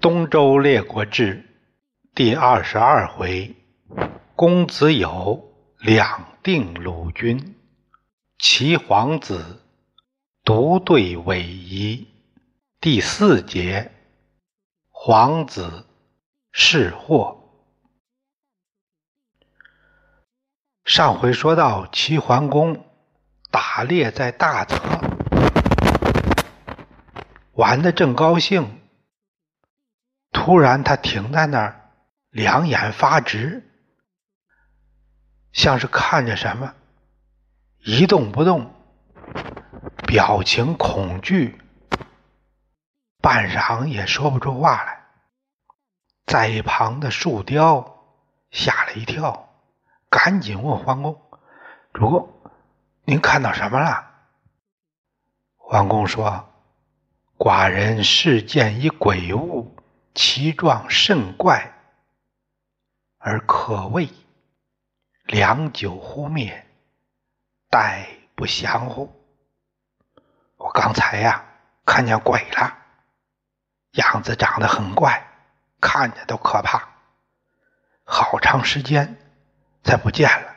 东周列国志第22回，公子友两定鲁军，齐皇子独对尾夷。第4节，皇子是祸。上回说到齐桓公打猎在大泽，玩得正高兴，突然他停在那儿，两眼发直，像是看着什么，一动不动，表情恐惧，半晌也说不出话来。在一旁的树雕吓了一跳，赶紧问桓公：“主公，您看到什么了？”桓公说：“寡人视见一鬼物，其状甚怪，而可畏，良久忽灭，殆不降乎？”我刚才看见鬼了，样子长得很怪，看着都可怕，好长时间才不见了。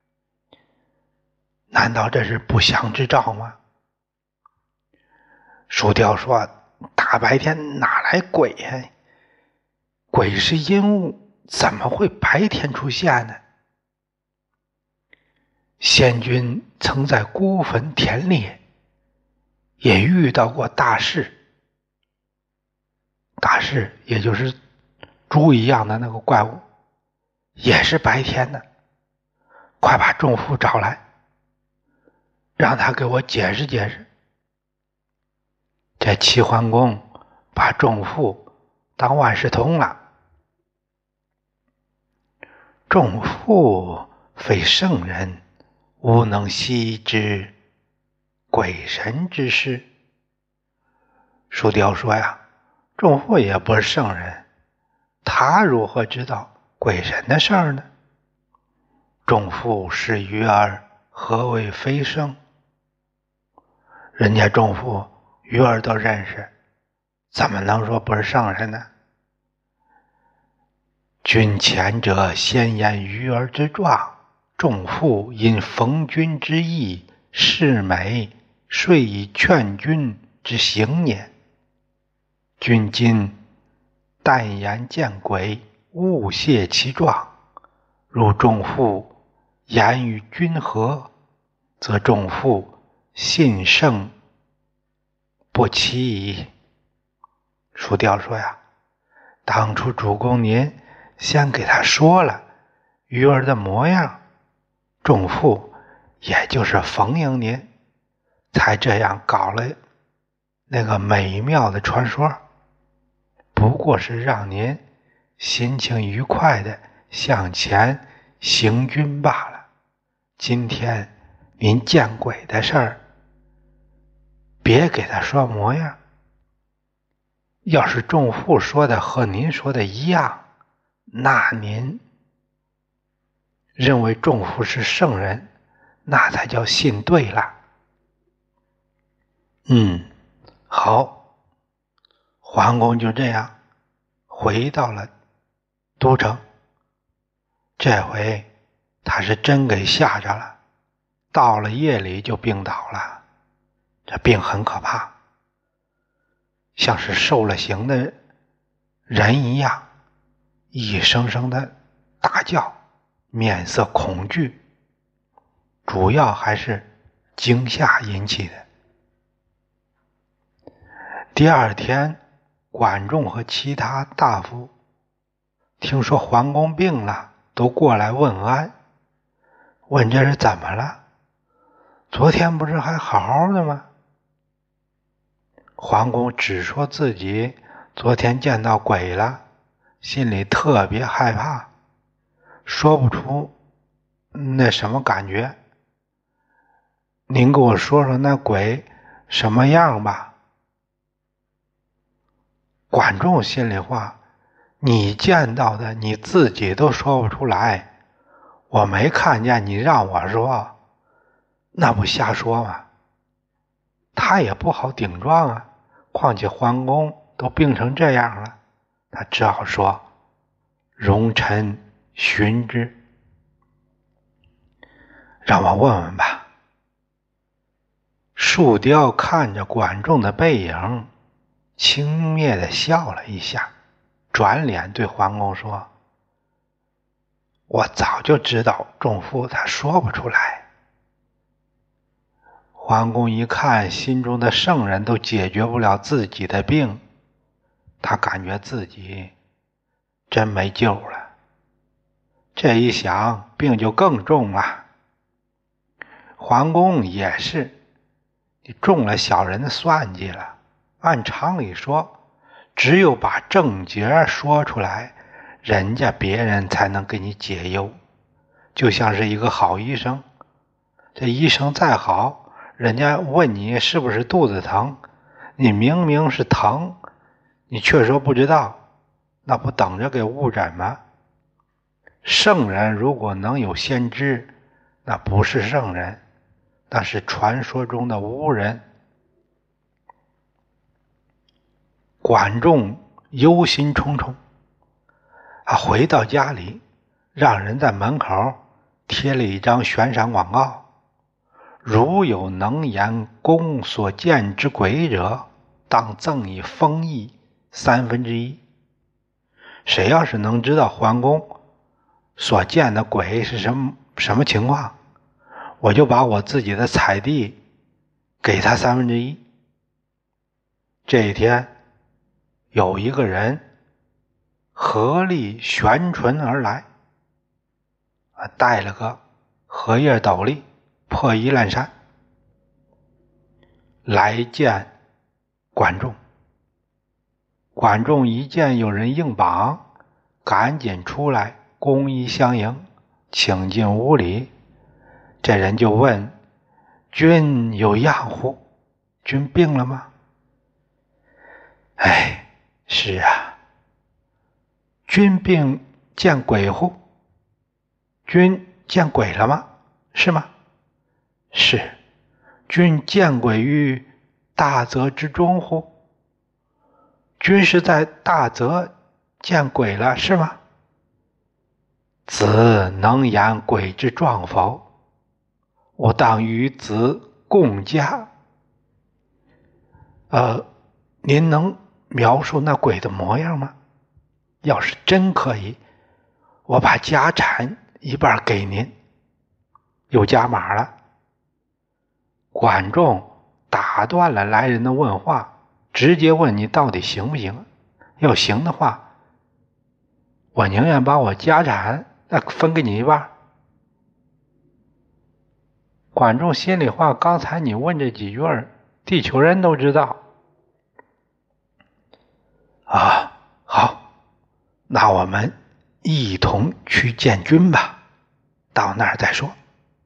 难道这是不祥之兆吗？树雕说：“大白天哪来鬼呀？鬼是阴物，怎么会白天出现呢？先君曾在孤坟田猎，也遇到过大士。大士也就是猪一样的那个怪物，也是白天的。快把仲父找来，让他给我解释解释。”这齐桓公把仲父当万事通了。仲父非圣人，吾能悉知鬼神之事。树雕说仲父也不是圣人，他如何知道鬼神的事儿呢？仲父是鱼儿，何谓非圣？人家仲父鱼儿都认识，怎么能说不是圣人呢？君前者先言鱼儿之状，仲父因逢君之意，视美，遂以劝君之行也。君今但言见鬼，勿泄其状，如仲父言与君和，则仲父信圣不其矣。树雕说当初主公您先给他说了鱼儿的模样，仲父也就是逢迎您，才这样搞了那个美妙的传说，不过是让您心情愉快的向前行军罢了。今天您见鬼的事儿，别给他说模样。要是仲父说的和您说的一样，那您认为仲父是圣人，那才叫信对了。好，桓公就这样回到了都城。这回他是真给吓着了，到了夜里就病倒了。这病很可怕，像是受了刑的人一样，一声声的大叫，面色恐惧，主要还是惊吓引起的。第二天，管仲和其他大夫听说桓公病了，都过来问安，问这是怎么了？昨天不是还好好的吗？桓公只说自己昨天见到鬼了，心里特别害怕，说不出那什么感觉。您给我说说那鬼什么样吧。管仲心里话，你见到的你自己都说不出来，我没看见你让我说，那不瞎说吗？他也不好顶撞况且桓公都病成这样了， 他只好说：“容臣寻之。”让我问问吧。树雕看着管仲的背影，轻蔑地笑了一下，转脸对桓公说：“我早就知道仲父他说不出来。”桓公一看心中的圣人都解决不了自己的病，他感觉自己真没救了。这一想，病就更重了。桓公也是，你中了小人的算计了。按常理说，只有把症结说出来，人家别人才能给你解忧。就像是一个好医生，这医生再好，人家问你是不是肚子疼，你明明是疼，你却说不知道，那不等着给误诊吗？圣人如果能有先知，那不是圣人，那是传说中的巫人。管仲忧心忡忡，他回到家里，让人在门口贴了一张悬赏广告：如有能言公所见之鬼者，当赠以封邑1/3。谁要是能知道桓公所见的鬼是什么情况，我就把我自己的采地给他1/3。这一天，有一个人合力悬唇而来，带了个荷叶斗笠，破衣烂衫，来见管仲。管仲一见有人硬绑，赶紧出来恭衣相迎，请进屋里。这人就问：“君有恙乎？君病了吗？”“哎，是啊。”“君病见鬼乎？君见鬼了吗？是吗？”“是。”“君见鬼于大泽之中乎？君是在大泽见鬼了，是吗？”“子能言鬼之状否？我当与子共家。”“您能描述那鬼的模样吗？要是真可以，我把家产一半给您。”又加码了。管仲打断了来人的问话，直接问你到底行不行？要行的话，我宁愿把我家产分给你一半。管仲心里话，刚才你问这几句地球人都知道。好，那我们一同去见君吧，到那儿再说。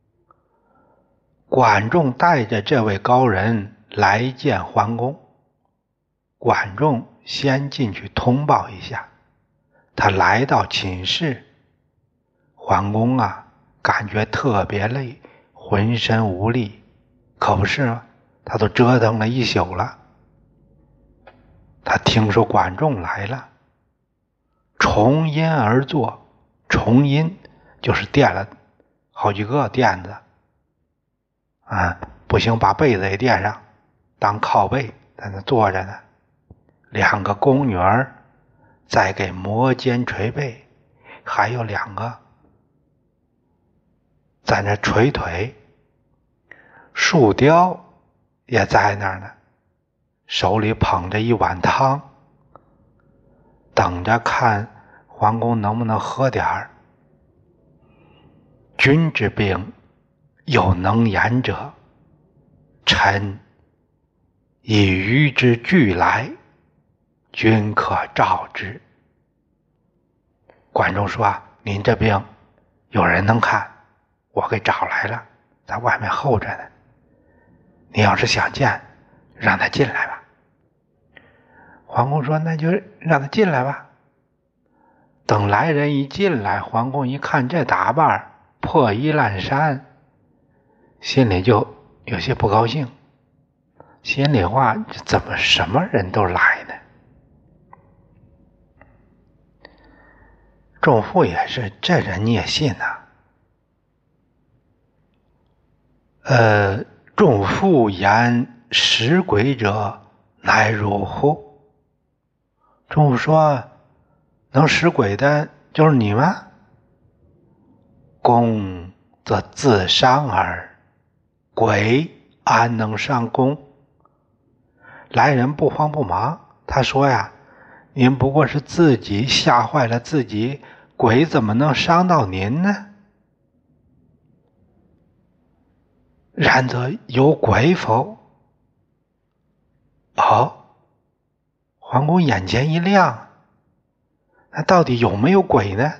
管仲带着这位高人来见桓公。管仲先进去通报一下，他来到寝室，桓公感觉特别累，浑身无力，可不是吗？他都折腾了一宿了。他听说管仲来了，重阴而坐。重阴就是垫了好几个垫子，不行把被子也垫上，当靠背在那坐着呢。2个宫女儿在给摩肩捶背，还有2个在那捶腿。树雕也在那儿呢，手里捧着一碗汤，等着看桓公能不能喝点儿。君之病，有能言者，臣以鱼之具来，君可召之。管仲说：“您这病有人能看，我给找来了，在外面候着呢。你要是想见，让他进来吧。”桓公说：“那就让他进来吧。”等来人一进来，桓公一看这打扮，破衣烂衫，心里就有些不高兴。心里话，怎么什么人都来呢？ 仲父也是，这人你也信呐？仲父言食鬼者乃汝乎？仲父说，能食鬼的就是你吗？公则自伤耳，鬼安能伤公？来人不慌不忙，他说呀，您不过是自己吓坏了自己，鬼怎么能伤到您呢？然则有鬼否？哦，桓公眼前一亮，那到底有没有鬼呢？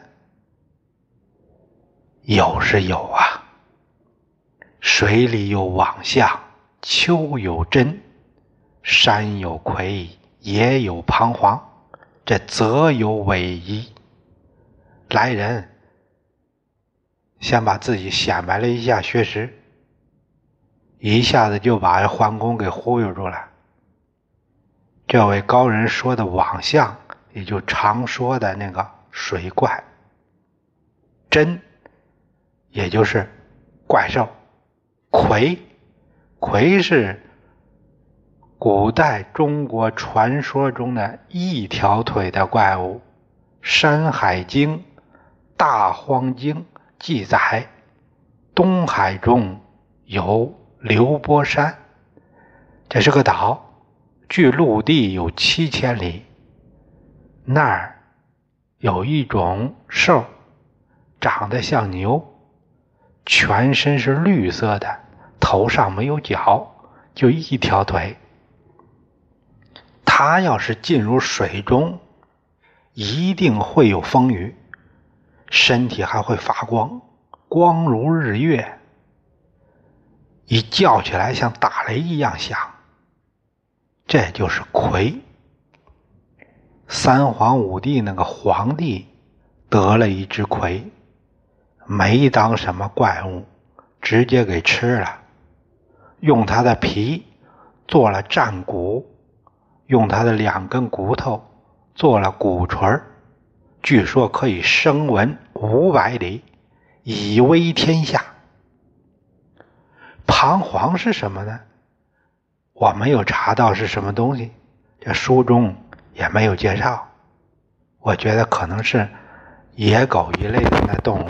有是有啊，水里有网象，丘有真，山有魁，野有彷徨，这则有伪夷。来人先把自己显摆了一下学识，一下子就把桓公给忽悠住了。这位高人说的网象，也就常说的那个水怪，真也就是怪兽，魁是古代中国传说中的一条腿的怪物。《山海经》《大荒经》记载，东海中有流波山，这是个岛，距陆地有7000里。那儿有一种兽，长得像牛，全身是绿色的，头上没有角，就一条腿。它要是进入水中，一定会有风雨，身体还会发光，光如日月，一叫起来像打雷一样响。这就是魁。三皇五帝那个皇帝得了一只魁，没当什么怪物，直接给吃了，用它的皮做了战鼓，用它的2根骨头做了鼓槌，据说可以声闻500里，以威天下。彷徨是什么呢？我没有查到是什么东西，这书中也没有介绍，我觉得可能是野狗一类的那动物。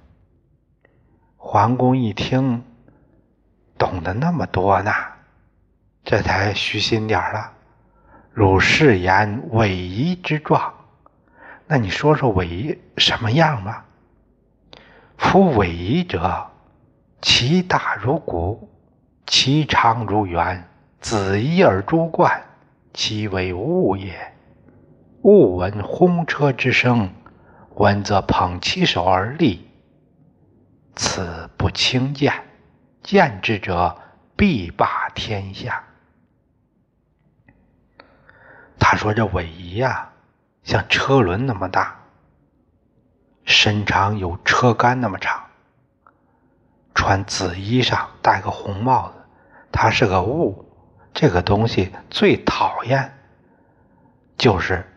桓公一听懂得那么多呢，这才虚心点了。汝是言伪夷之状，那你说说伪夷什么样吧？夫伪夷者，其大如鼓，其长如圆，子夷而诸冠，其为物也。物闻轰车之声，闻则捧其手而立，此不轻见，见之者必霸天下。他说这尾夷啊，像车轮那么大，身长有车杆那么长，穿紫衣裳，戴个红帽子，它是个物。这个东西最讨厌就是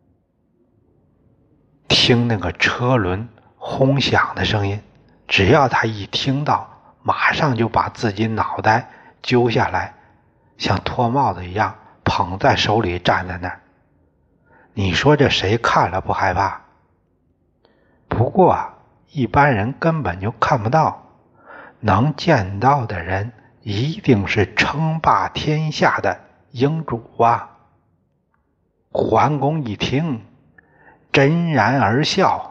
听那个车轮轰响的声音，只要他一听到，马上就把自己脑袋揪下来，像脱帽子一样捧在手里站在那儿。你说这谁看了不害怕？不过一般人根本就看不到，能见到的人一定是称霸天下的英主啊！桓公一听，真然而笑，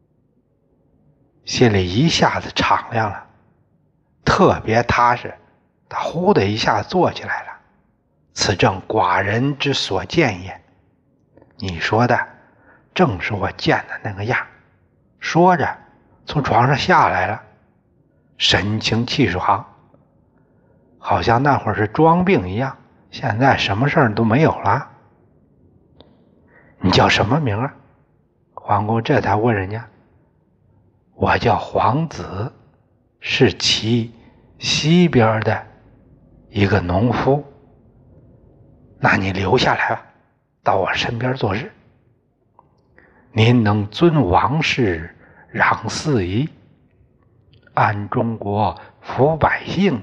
心里一下子敞亮了，特别踏实，他呼的一下坐起来了。此正寡人之所见也。你说的正是我见的那个样。说着从床上下来了，神清气爽，好像那会儿是装病一样，现在什么事儿都没有了。你叫什么名啊？桓公这才问人家。我叫黄子，是其西边的一个农夫。那你留下来吧，到我身边做事。 您能尊王室，让四夷，安中国抚百姓，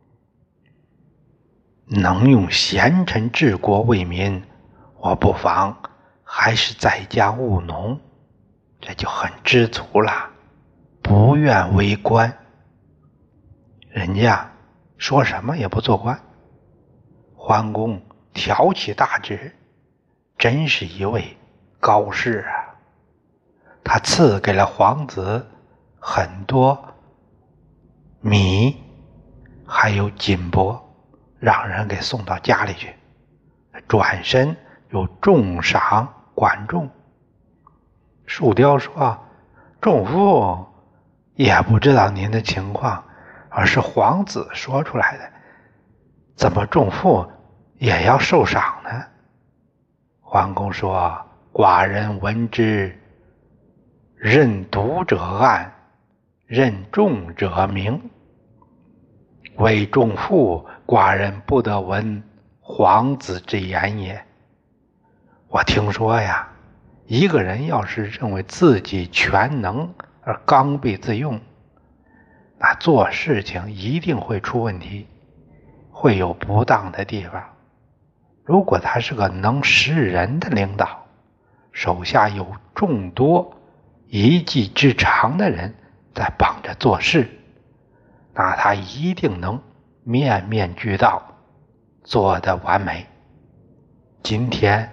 能用贤臣治国为民，我不妨还是在家务农，这就很知足了，不愿为官。人家说什么也不做官。桓公挑起大志，真是一位高士啊！他赐给了皇子很多米，还有金帛，让人给送到家里去，转身又重赏管仲。树雕说，仲父也不知道您的情况，而是皇子说出来的，怎么仲父也要受赏呢？桓公说，寡人闻之，任独者暗，任重者明。为仲父，寡人不得闻皇子之言也。我听说呀，一个人要是认为自己全能而刚愎自用，那做事情一定会出问题，会有不当的地方。如果他是个能识人的领导，手下有众多一技之长的人在帮着做事，那他一定能面面俱到，做得完美。今天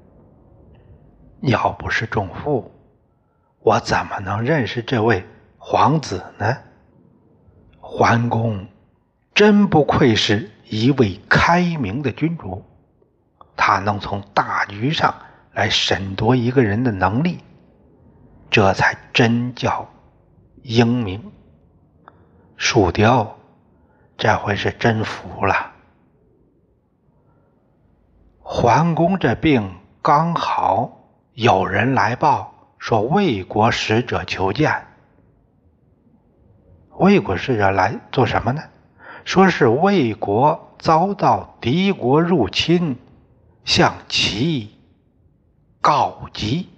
要不是仲父，我怎么能认识这位皇子呢？桓公真不愧是一位开明的君主，他能从大局上来审夺一个人的能力，这才真叫英明。树雕这回是真服了。桓公这病刚好，有人来报说魏国使者求见。魏国使者来做什么呢？说是魏国遭到敌国入侵，向齐告急。